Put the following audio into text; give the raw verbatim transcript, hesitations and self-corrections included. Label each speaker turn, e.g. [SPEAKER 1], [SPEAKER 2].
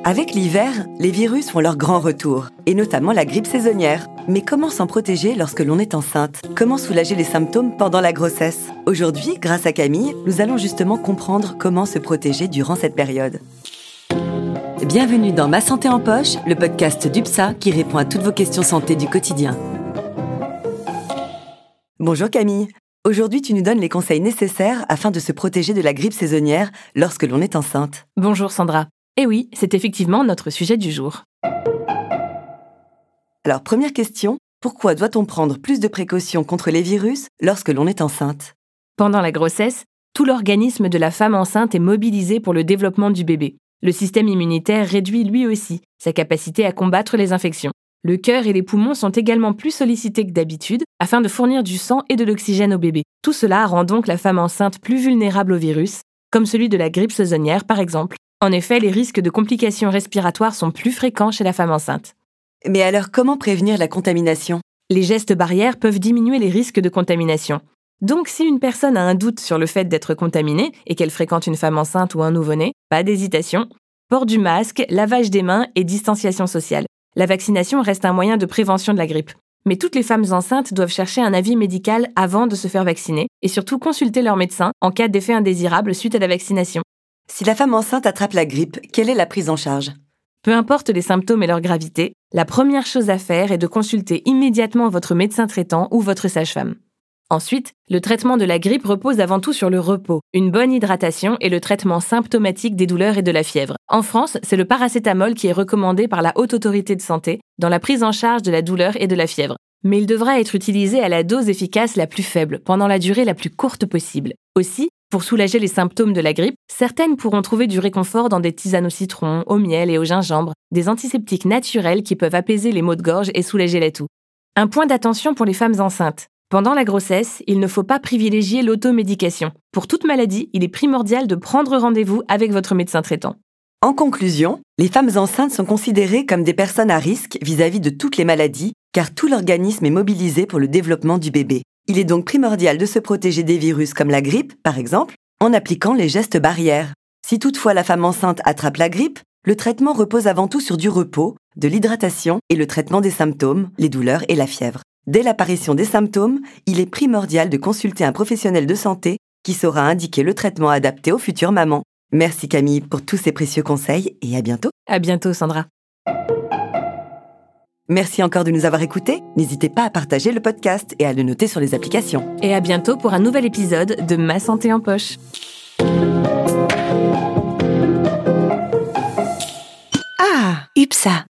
[SPEAKER 1] Avec l'hiver, les virus font leur grand retour, et notamment la grippe saisonnière. Mais comment s'en protéger lorsque l'on est enceinte ? Comment soulager les symptômes pendant la grossesse ? Aujourd'hui, grâce à Camille, nous allons justement comprendre comment se protéger durant cette période. Bienvenue dans Ma Santé en Poche, le podcast d'U P S A qui répond à toutes vos questions santé du quotidien. Bonjour Camille. Aujourd'hui, tu nous donnes les conseils nécessaires afin de se protéger de la grippe saisonnière lorsque l'on est enceinte.
[SPEAKER 2] Bonjour Sandra. Eh oui, c'est effectivement notre sujet du jour.
[SPEAKER 1] Alors, première question, pourquoi doit-on prendre plus de précautions contre les virus lorsque l'on est enceinte ?
[SPEAKER 2] Pendant la grossesse, tout l'organisme de la femme enceinte est mobilisé pour le développement du bébé. Le système immunitaire réduit lui aussi sa capacité à combattre les infections. Le cœur et les poumons sont également plus sollicités que d'habitude afin de fournir du sang et de l'oxygène au bébé. Tout cela rend donc la femme enceinte plus vulnérable aux virus, comme celui de la grippe saisonnière par exemple. En effet, les risques de complications respiratoires sont plus fréquents chez la femme enceinte.
[SPEAKER 1] Mais alors, comment prévenir la contamination ?
[SPEAKER 2] Les gestes barrières peuvent diminuer les risques de contamination. Donc, si une personne a un doute sur le fait d'être contaminée et qu'elle fréquente une femme enceinte ou un nouveau-né, pas d'hésitation. Port du masque, lavage des mains et distanciation sociale. La vaccination reste un moyen de prévention de la grippe. Mais toutes les femmes enceintes doivent chercher un avis médical avant de se faire vacciner et surtout consulter leur médecin en cas d'effet indésirable suite à la vaccination.
[SPEAKER 1] Si la femme enceinte attrape la grippe, quelle est la prise en charge ?
[SPEAKER 2] Peu importe les symptômes et leur gravité, la première chose à faire est de consulter immédiatement votre médecin traitant ou votre sage-femme. Ensuite, le traitement de la grippe repose avant tout sur le repos, une bonne hydratation et le traitement symptomatique des douleurs et de la fièvre. En France, c'est le paracétamol qui est recommandé par la Haute Autorité de Santé dans la prise en charge de la douleur et de la fièvre. Mais il devra être utilisé à la dose efficace la plus faible, pendant la durée la plus courte possible. Aussi, pour soulager les symptômes de la grippe, certaines pourront trouver du réconfort dans des tisanes au citron, au miel et au gingembre, des antiseptiques naturels qui peuvent apaiser les maux de gorge et soulager la toux. Un point d'attention pour les femmes enceintes. Pendant la grossesse, il ne faut pas privilégier l'automédication. Pour toute maladie, il est primordial de prendre rendez-vous avec votre médecin traitant.
[SPEAKER 1] En conclusion, les femmes enceintes sont considérées comme des personnes à risque vis-à-vis de toutes les maladies, car tout l'organisme est mobilisé pour le développement du bébé. Il est donc primordial de se protéger des virus comme la grippe, par exemple, en appliquant les gestes barrières. Si toutefois la femme enceinte attrape la grippe, le traitement repose avant tout sur du repos, de l'hydratation et le traitement des symptômes, les douleurs et la fièvre. Dès l'apparition des symptômes, il est primordial de consulter un professionnel de santé qui saura indiquer le traitement adapté aux futures mamans. Merci Camille pour tous ces précieux conseils et à bientôt.
[SPEAKER 2] À bientôt Sandra.
[SPEAKER 1] Merci encore de nous avoir écoutés. N'hésitez pas à partager le podcast et à le noter sur les applications.
[SPEAKER 2] Et à bientôt pour un nouvel épisode de Ma Santé en Poche.
[SPEAKER 1] Ah, U P S A.